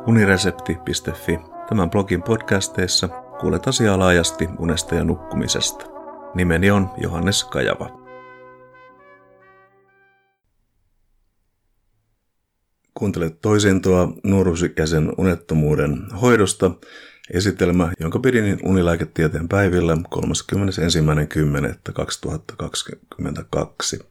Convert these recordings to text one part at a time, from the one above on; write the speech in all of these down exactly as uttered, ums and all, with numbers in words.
Uniresepti piste fi. Tämän blogin podcasteissa kuulet asiaa laajasti unesta ja nukkumisesta. Nimeni on Johannes Kajava. Kuuntelet toisintoa nuoruusikäisen unettomuuden hoidosta, esitelmä, jonka pidin unilääketieteen päivillä kolmaskymmenesensimmäinen kymmenettä kaksituhattakaksikymmentäkaksi.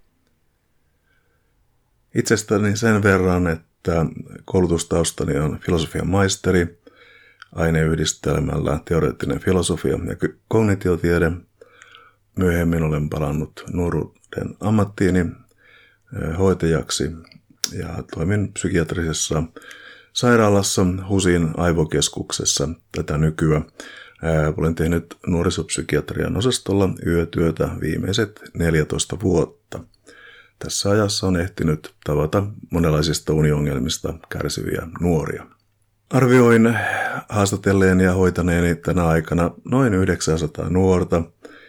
Itsestäni sen verran, että koulutustaustani on filosofian maisteri, aineyhdistelmällä teoreettinen filosofia ja kognitiotiede. Myöhemmin olen palannut nuoruuden ammattiini hoitajaksi ja toimin psykiatrisessa sairaalassa HUSin aivokeskuksessa tätä nykyään. Olen tehnyt nuorisopsykiatrian osastolla yötyötä viimeiset neljätoista vuotta. Tässä ajassa on ehtinyt tavata monenlaisista uniongelmista kärsiviä nuoria. Arvioin haastatelleeni ja hoitaneeni tänä aikana noin yhdeksänsataa nuorta,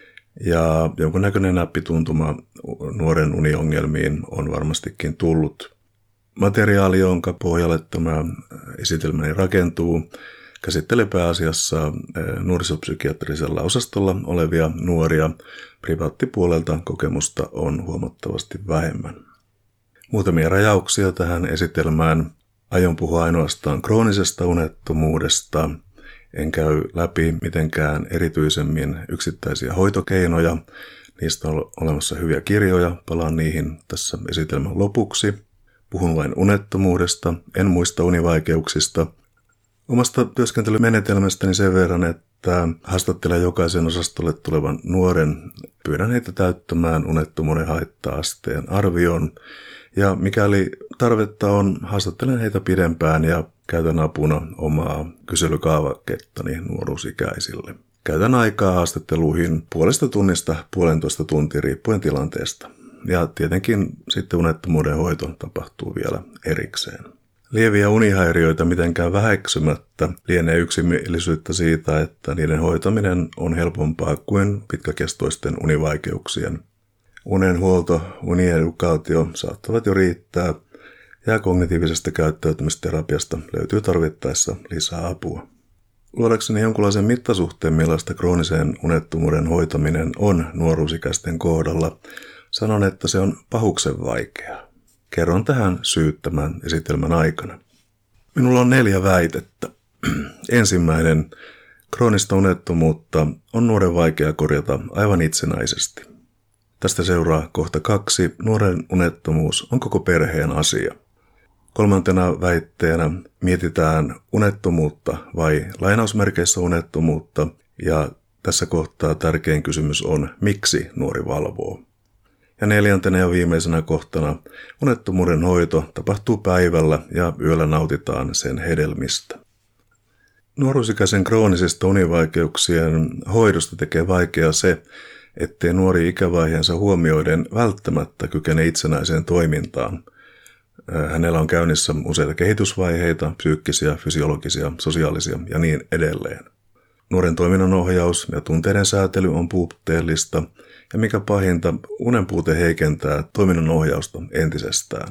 ja jonkunnäköinen näppituntuma nuoren uniongelmiin on varmastikin tullut. Materiaali, jonka pohjalle tämä esitelmäni rakentuu, käsittelee pääasiassa nuorisopsykiatrisella osastolla olevia nuoria. Privaattipuolelta kokemusta on huomattavasti vähemmän. Muutamia rajauksia tähän esitelmään. Aion puhua ainoastaan kroonisesta unettomuudesta. En käy läpi mitenkään erityisemmin yksittäisiä hoitokeinoja. Niistä on olemassa hyviä kirjoja. Palaan niihin tässä esitelmän lopuksi. Puhun vain unettomuudesta, en muista univaikeuksista. Omasta työskentelymenetelmästäni sen verran, että haastattelen jokaisen osastolle tulevan nuoren, pyydän heitä täyttämään unettomuuden haitta-asteen arvion, ja mikäli tarvetta on, haastattelen heitä pidempään ja käytän apuna omaa kyselykaavakettani nuoruusikäisille. Käytän aikaa haastatteluihin puolesta tunnista puolentoista tuntia riippuen tilanteesta. Ja tietenkin sitten unettomuuden hoito tapahtuu vielä erikseen. Lieviä unihäiriöitä mitenkään väheksymättä lienee yksimielisyyttä siitä, että niiden hoitaminen on helpompaa kuin pitkäkestoisten univaikeuksien. Unenhuolto, uniedukaatio saattavat jo riittää, ja kognitiivisesta käyttäytymisterapiasta löytyy tarvittaessa lisää apua. Luodakseni jonkunlaisen mittasuhteen, millaista kroonisen unettomuuden hoitaminen on nuoruusikäisten kohdalla, sanon, että se on pahuksen vaikeaa. Kerron tähän syyt tämän esitelmän aikana. Minulla on neljä väitettä. Ensimmäinen, kroonista unettomuutta on nuoren vaikea korjata aivan itsenäisesti. Tästä seuraa kohta kaksi, nuoren unettomuus on koko perheen asia. Kolmantena väitteenä mietitään unettomuutta vai lainausmerkeissä unettomuutta, ja tässä kohtaa tärkein kysymys on, miksi nuori valvoo. Ja neljäntenä ja viimeisenä kohtana unettomuuden hoito tapahtuu päivällä ja yöllä nautitaan sen hedelmistä. Nuoruusikäisen kroonisista univaikeuksien hoidosta tekee vaikeaa se, ettei nuori ikävaiheensa huomioiden välttämättä kykene itsenäiseen toimintaan. Hänellä on käynnissä useita kehitysvaiheita, psyykkisiä, fysiologisia, sosiaalisia ja niin edelleen. Nuoren toiminnan ohjaus ja tunteiden säätely on puutteellista, ja mikä pahinta, unen puute heikentää toiminnan ohjausta entisestään.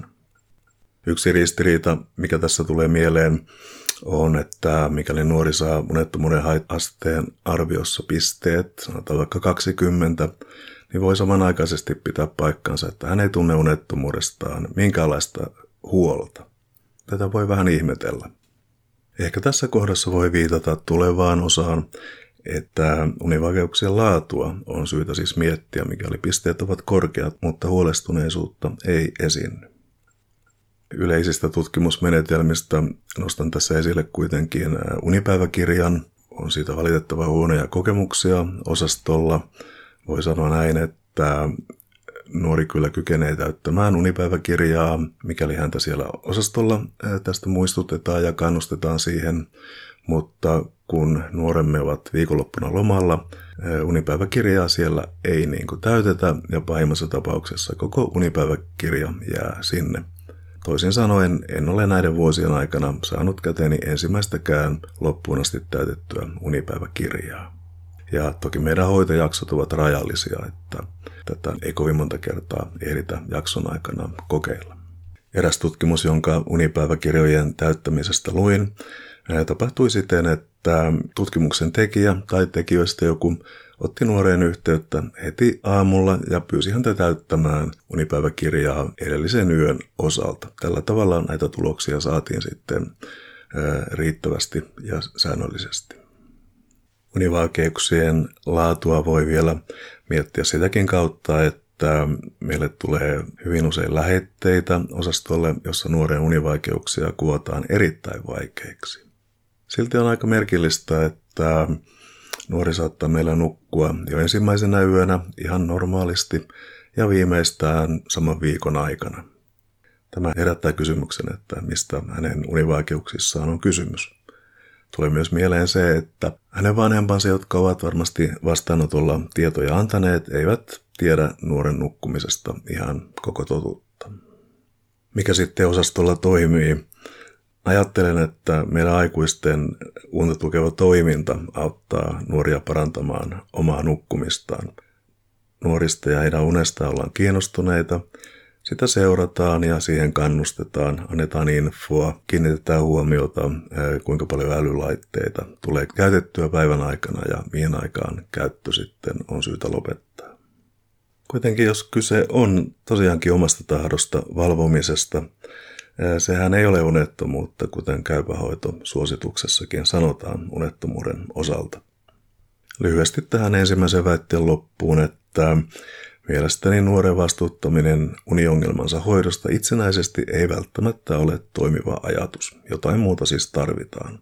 Yksi ristiriita, mikä tässä tulee mieleen, on, että mikäli nuori saa unettomuuden haitta-asteen arviossa pisteet, sanotaan vaikka kaksikymmentä, niin voi samanaikaisesti pitää paikkansa, että hän ei tunne unettomuudestaan minkäänlaista huolta. Tätä voi vähän ihmetellä. Ehkä tässä kohdassa voi viitata tulevaan osaan, että univaikeuksien laatua on syytä siis miettiä, mikäli pisteet ovat korkeat, mutta huolestuneisuutta ei esiinny. Yleisistä tutkimusmenetelmistä nostan tässä esille kuitenkin unipäiväkirjan. On siitä valitettavan huonoja kokemuksia osastolla. Voi sanoa näin, että nuori kyllä kykenee täyttämään unipäiväkirjaa, mikäli häntä siellä osastolla tästä muistutetaan ja kannustetaan siihen. Mutta kun nuoremme ovat viikonloppuna lomalla, unipäiväkirjaa siellä ei niin kuin täytetä ja pahimmassa tapauksessa koko unipäiväkirja jää sinne. Toisin sanoen en ole näiden vuosien aikana saanut käteeni ensimmäistäkään loppuun asti täytettyä unipäiväkirjaa. Ja toki meidän hoitojaksot ovat rajallisia, että tätä ei kovin monta kertaa ehditä jakson aikana kokeilla. Eräs tutkimus, jonka unipäiväkirjojen täyttämisestä luin, tapahtui siten, että tutkimuksen tekijä tai tekijöistä joku otti nuoreen yhteyttä heti aamulla ja pyysi häntä täyttämään unipäiväkirjaa edellisen yön osalta. Tällä tavalla näitä tuloksia saatiin sitten riittävästi ja säännöllisesti. Univaikeuksien laatua voi vielä miettiä sitäkin kautta, että meille tulee hyvin usein lähetteitä osastolle, jossa nuoren univaikeuksia kuvataan erittäin vaikeiksi. Silti on aika merkillistä, että nuori saattaa meillä nukkua jo ensimmäisenä yönä ihan normaalisti ja viimeistään saman viikon aikana. Tämä herättää kysymyksen, että mistä hänen univaikeuksissaan on kysymys. Tulee myös mieleen se, että hänen vanhempansa, jotka ovat varmasti vastaanotolla tietoja antaneet, eivät tiedä nuoren nukkumisesta ihan koko totuutta. Mikä sitten osastolla toimii? Ajattelen, että meidän aikuisten unta tukeva toiminta auttaa nuoria parantamaan omaa nukkumistaan. Nuorista ja heidän unestaan ollaan kiinnostuneita. Sitä seurataan ja siihen kannustetaan, annetaan infoa, kiinnitetään huomiota, kuinka paljon älylaitteita tulee käytettyä päivän aikana ja mihin aikaan käyttö sitten on syytä lopettaa. Kuitenkin jos kyse on tosiaankin omasta tahdosta valvomisesta, sehän ei ole unettomuutta, kuten Käypähoito-suosituksessakin sanotaan unettomuuden osalta. Lyhyesti tähän ensimmäisen väitteen loppuun, että mielestäni nuoren vastuuttaminen uniongelmansa hoidosta itsenäisesti ei välttämättä ole toimiva ajatus. Jotain muuta siis tarvitaan.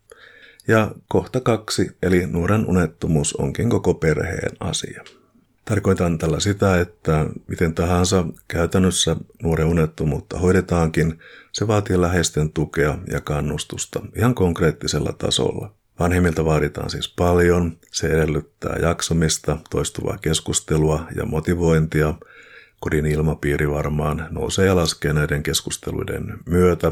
Ja kohta kaksi, eli nuoren unettomuus onkin koko perheen asia. Tarkoitan tällä sitä, että miten tahansa käytännössä nuoren unettomuutta hoidetaankin, se vaatii läheisten tukea ja kannustusta ihan konkreettisella tasolla. Vanhemmilta vaaditaan siis paljon, se edellyttää jaksamista, toistuvaa keskustelua ja motivointia. Kodin ilmapiiri varmaan nousee ja laskee näiden keskusteluiden myötä,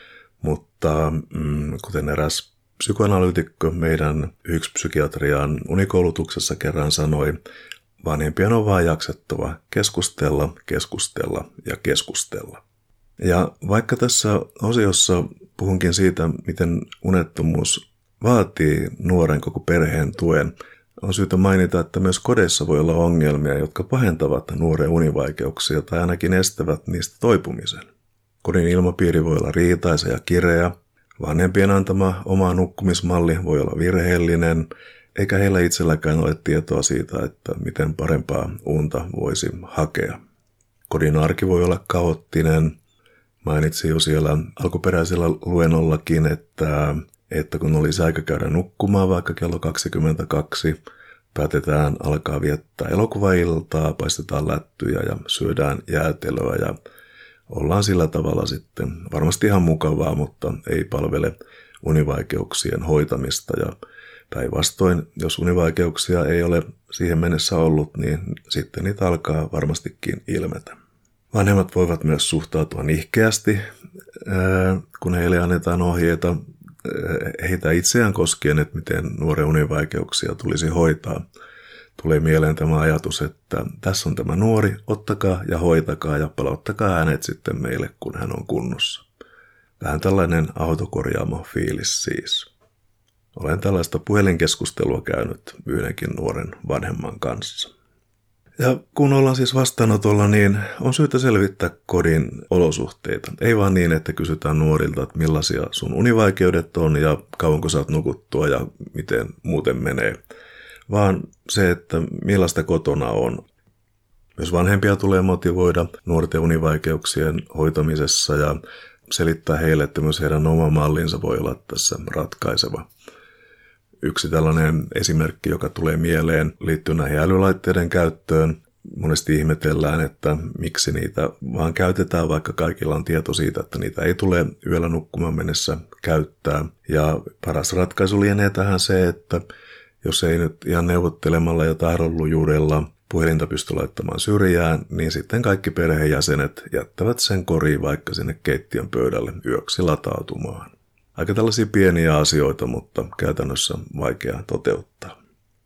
mutta mm, kuten eräs psykoanalyytikko meidän yksi psykiatrian unikoulutuksessa kerran sanoi, vanhempien on vaan jaksettava keskustella, keskustella ja keskustella. Ja vaikka tässä osiossa puhunkin siitä, miten unettomuus vaatii nuoren koko perheen tuen, on syytä mainita, että myös kodeissa voi olla ongelmia, jotka pahentavat nuoren univaikeuksia tai ainakin estävät niistä toipumisen. Kodin ilmapiiri voi olla riitaisa ja kireä, vanhempien antama oma nukkumismalli voi olla virheellinen, eikä heillä itselläkään ole tietoa siitä, että miten parempaa unta voisi hakea. Kodin arki voi olla kaoottinen. Mainitsin jo siellä alkuperäisellä luennollakin, että, että kun olisi aika käydä nukkumaan vaikka kello kaksikymmentäkaksi, päätetään alkaa viettää elokuvailtaa, paistetaan lättyjä ja syödään jäätelöä ja ollaan sillä tavalla sitten varmasti ihan mukavaa, mutta ei palvele univaikeuksien hoitamista ja päinvastoin, jos univaikeuksia ei ole siihen mennessä ollut, niin sitten niitä alkaa varmastikin ilmetä. Vanhemmat voivat myös suhtautua nihkeästi, kun heille annetaan ohjeita heitä itseään koskien, että miten nuoren univaikeuksia tulisi hoitaa. Tulee mieleen tämä ajatus, että tässä on tämä nuori, ottakaa ja hoitakaa ja palauttakaa hänet sitten meille, kun hän on kunnossa. Vähän tällainen autokorjaamo fiilis siis. Olen tällaista puhelinkeskustelua käynyt yhdenkin nuoren vanhemman kanssa. Ja kun ollaan siis vastaanotolla, niin on syytä selvittää kodin olosuhteita. Ei vaan niin, että kysytään nuorilta, että millaisia sun univaikeudet on ja kauanko saat nukuttua ja miten muuten menee. Vaan se, että millaista kotona on. Myös vanhempia tulee motivoida nuorten univaikeuksien hoitamisessa ja selittää heille, että myös heidän oma mallinsa voi olla tässä ratkaiseva. Yksi tällainen esimerkki, joka tulee mieleen, liittyy näihin älylaitteiden käyttöön. Monesti ihmetellään, että miksi niitä vaan käytetään, vaikka kaikilla on tieto siitä, että niitä ei tule yöllä nukkumaan mennessä käyttää. Ja paras ratkaisu lienee tähän se, että jos ei nyt ihan neuvottelemalla ja tahdonlujuudella puhelinta pysty laittamaan syrjään, niin sitten kaikki perheenjäsenet jättävät sen koriin vaikka sinne keittiön pöydälle yöksi latautumaan. Aika tällaisia pieniä asioita, mutta käytännössä vaikea toteuttaa.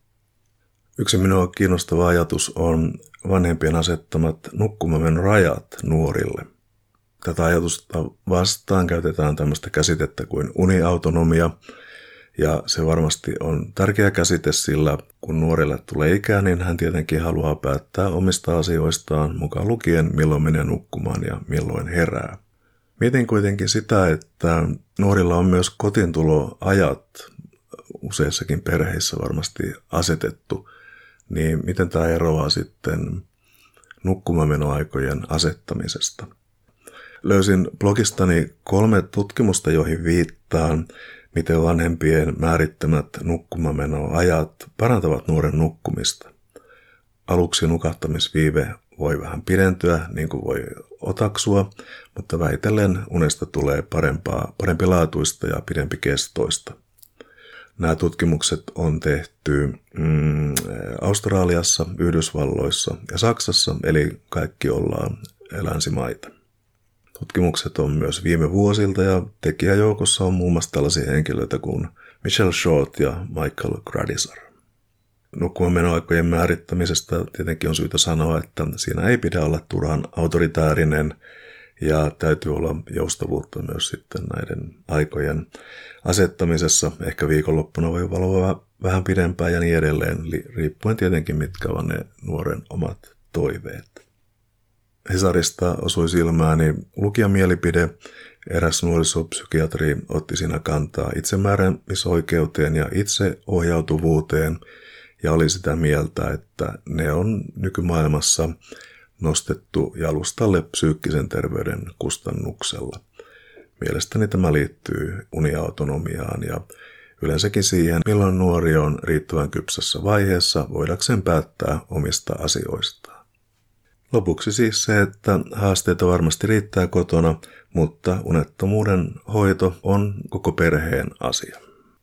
Yksi minua kiinnostava ajatus on vanhempien asettamat nukkumamen rajat nuorille. Tätä ajatusta vastaan käytetään tämmöistä käsitettä kuin uniautonomia, ja se varmasti on tärkeä käsite, sillä kun nuorelle tulee ikää, niin hän tietenkin haluaa päättää omista asioistaan, mukaan lukien milloin menee nukkumaan ja milloin herää. Mietin kuitenkin sitä, että nuorilla on myös kotiintuloajat useissakin perheissä varmasti asetettu, niin miten tämä eroaa sitten nukkumamenoaikojen asettamisesta? Löysin blogistani kolme tutkimusta, joihin viittaan, miten vanhempien määrittämät nukkumamenoajat parantavat nuoren nukkumista. Aluksi nukahtamisviive voi vähän pidentyä, niin kuin voi otaksua, mutta vähitellen unesta tulee parempaa, parempilaatuista ja pidempikestoista. Nämä tutkimukset on tehty mm, Australiassa, Yhdysvalloissa ja Saksassa, eli kaikki ollaan länsimaita. Tutkimukset on myös viime vuosilta ja tekijäjoukossa on muun muassa tällaisia henkilöitä kuin Michelle Short ja Michael Gradisar. Nukkumamenoaikojen määrittämisestä tietenkin on syytä sanoa, että siinä ei pidä olla turhan autoritäärinen ja täytyy olla joustavuutta myös sitten näiden aikojen asettamisessa. Ehkä viikonloppuna voi valvoa vähän pidempään ja niin edelleen, riippuen tietenkin mitkä on ne nuoren omat toiveet. Hesarista osui silmääni lukijan mielipide. Eräs nuorisopsykiatri otti siinä kantaa itsemääräämisoikeuteen ja itseohjautuvuuteen ja oli sitä mieltä, että ne on nykymaailmassa nostettu jalustalle psyykkisen terveyden kustannuksella. Mielestäni tämä liittyy uniautonomiaan ja yleensäkin siihen, milloin nuori on riittävän kypsässä vaiheessa voidakseen päättää omista asioistaan. Lopuksi siis se, että haasteita varmasti riittää kotona, mutta unettomuuden hoito on koko perheen asia.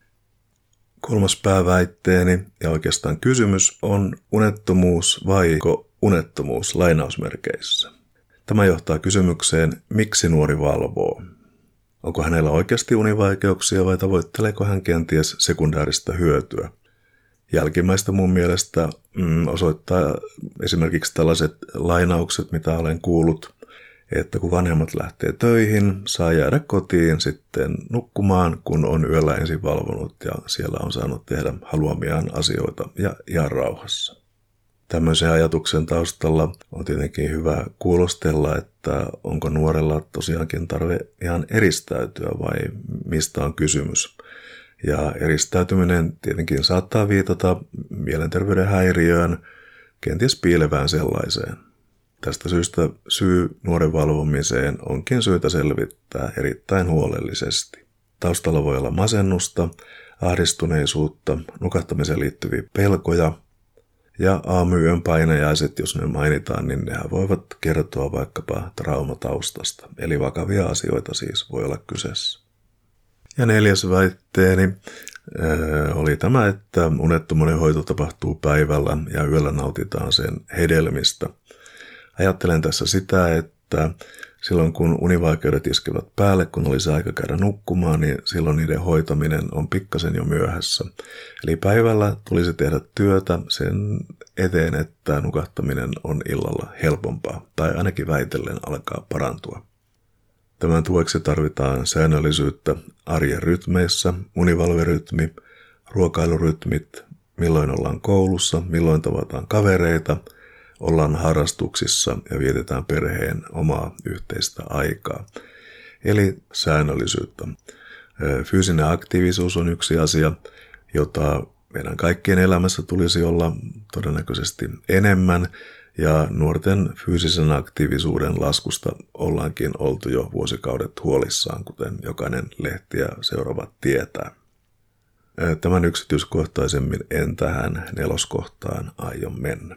Kolmas pääväitteeni ja oikeastaan kysymys on unettomuus vaiko unettomuus lainausmerkeissä. Tämä johtaa kysymykseen, miksi nuori valvoo. Onko hänellä oikeasti univaikeuksia vai tavoitteleeko hän kenties sekundääristä hyötyä? Jälkimmäistä mun mielestä mm, osoittaa esimerkiksi tällaiset lainaukset, mitä olen kuullut, että kun vanhemmat lähtee töihin, saa jäädä kotiin sitten nukkumaan, kun on yöllä ensin valvonut ja siellä on saanut tehdä haluamiaan asioita ja ihan rauhassa. Tämmöisen ajatuksen taustalla on tietenkin hyvä kuulostella, että onko nuorella tosiaankin tarve ihan eristäytyä vai mistä on kysymys. Ja eristäytyminen tietenkin saattaa viitata mielenterveyden häiriöön, kenties piilevään sellaiseen. Tästä syystä syy nuoren valvomiseen onkin syytä selvittää erittäin huolellisesti. Taustalla voi olla masennusta, ahdistuneisuutta, nukahtamiseen liittyviä pelkoja ja aamuyön painajaiset, jos ne mainitaan, niin nehän voivat kertoa vaikkapa traumataustasta, eli vakavia asioita siis voi olla kyseessä. Ja neljäs väitteeni äh, oli tämä, että unettomuuden hoito tapahtuu päivällä ja yöllä nautitaan sen hedelmistä. Ajattelen tässä sitä, että silloin kun univaikeudet iskevät päälle, kun olisi aika käydä nukkumaan, niin silloin niiden hoitaminen on pikkasen jo myöhässä. Eli päivällä tulisi tehdä työtä sen eteen, että nukahtaminen on illalla helpompaa, tai ainakin väitellen alkaa parantua. Tämän tueksi tarvitaan säännöllisyyttä arjen rytmeissä, univalverytmi, ruokailurytmit, milloin ollaan koulussa, milloin tavataan kavereita, ollaan harrastuksissa ja vietetään perheen omaa yhteistä aikaa. Eli säännöllisyyttä. Fyysinen aktiivisuus on yksi asia, jota meidän kaikkien elämässä tulisi olla todennäköisesti enemmän, ja nuorten fyysisen aktiivisuuden laskusta ollaankin oltu jo vuosikaudet huolissaan, kuten jokainen lehtiä seuraava tietää. Tämän yksityiskohtaisemmin en tähän neloskohtaan aio mennä.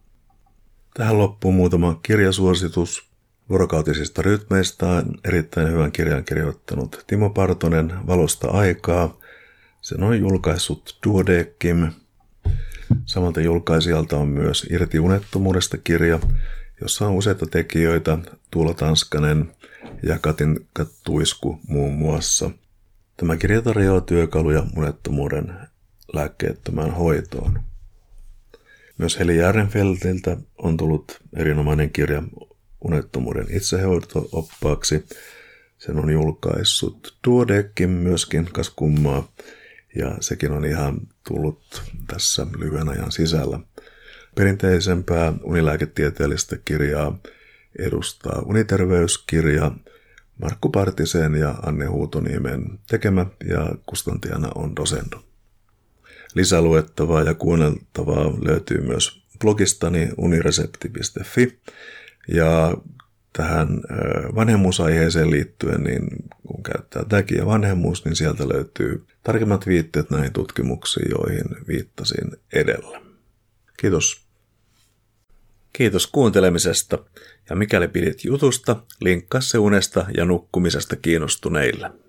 Tähän loppuu muutama kirjasuositus. Vuorokautisista rytmeistä on erittäin hyvän kirjan kirjoittanut Timo Partonen Valosta aikaa. Sen on julkaissut Duodeckim. Samalta julkaisijalta on myös Irti unettomuudesta kirja, jossa on useita tekijöitä, Tuula Tanskanen ja Katin Tuisku muun muassa. Tämä kirja tarjoaa työkaluja unettomuuden lääkkeettömään hoitoon. Myös Heli Järrenfeltiltä on tullut erinomainen kirja unettomuuden itsehoito-oppaaksi. Sen on julkaissut Duodeckim myöskin, kas kummaa, ja sekin on ihan tullut tässä lyhyen ajan sisällä. Perinteisempää unilääketieteellistä kirjaa edustaa Uniterveyskirja, Markku Partisen ja Anne Huutoniemen tekemä, ja kustantajana on Dosendo. Lisäluettavaa ja kuunneltavaa löytyy myös blogistani uniresepti piste fi, ja tähän vanhemmuusaiheeseen liittyen, niin kun käyttää tagia vanhemmuus, niin sieltä löytyy tarkemmat viitteet näihin tutkimuksiin, joihin viittasin edellä. Kiitos. Kiitos kuuntelemisesta, ja mikäli pidit jutusta, linkkaa se unesta ja nukkumisesta kiinnostuneille.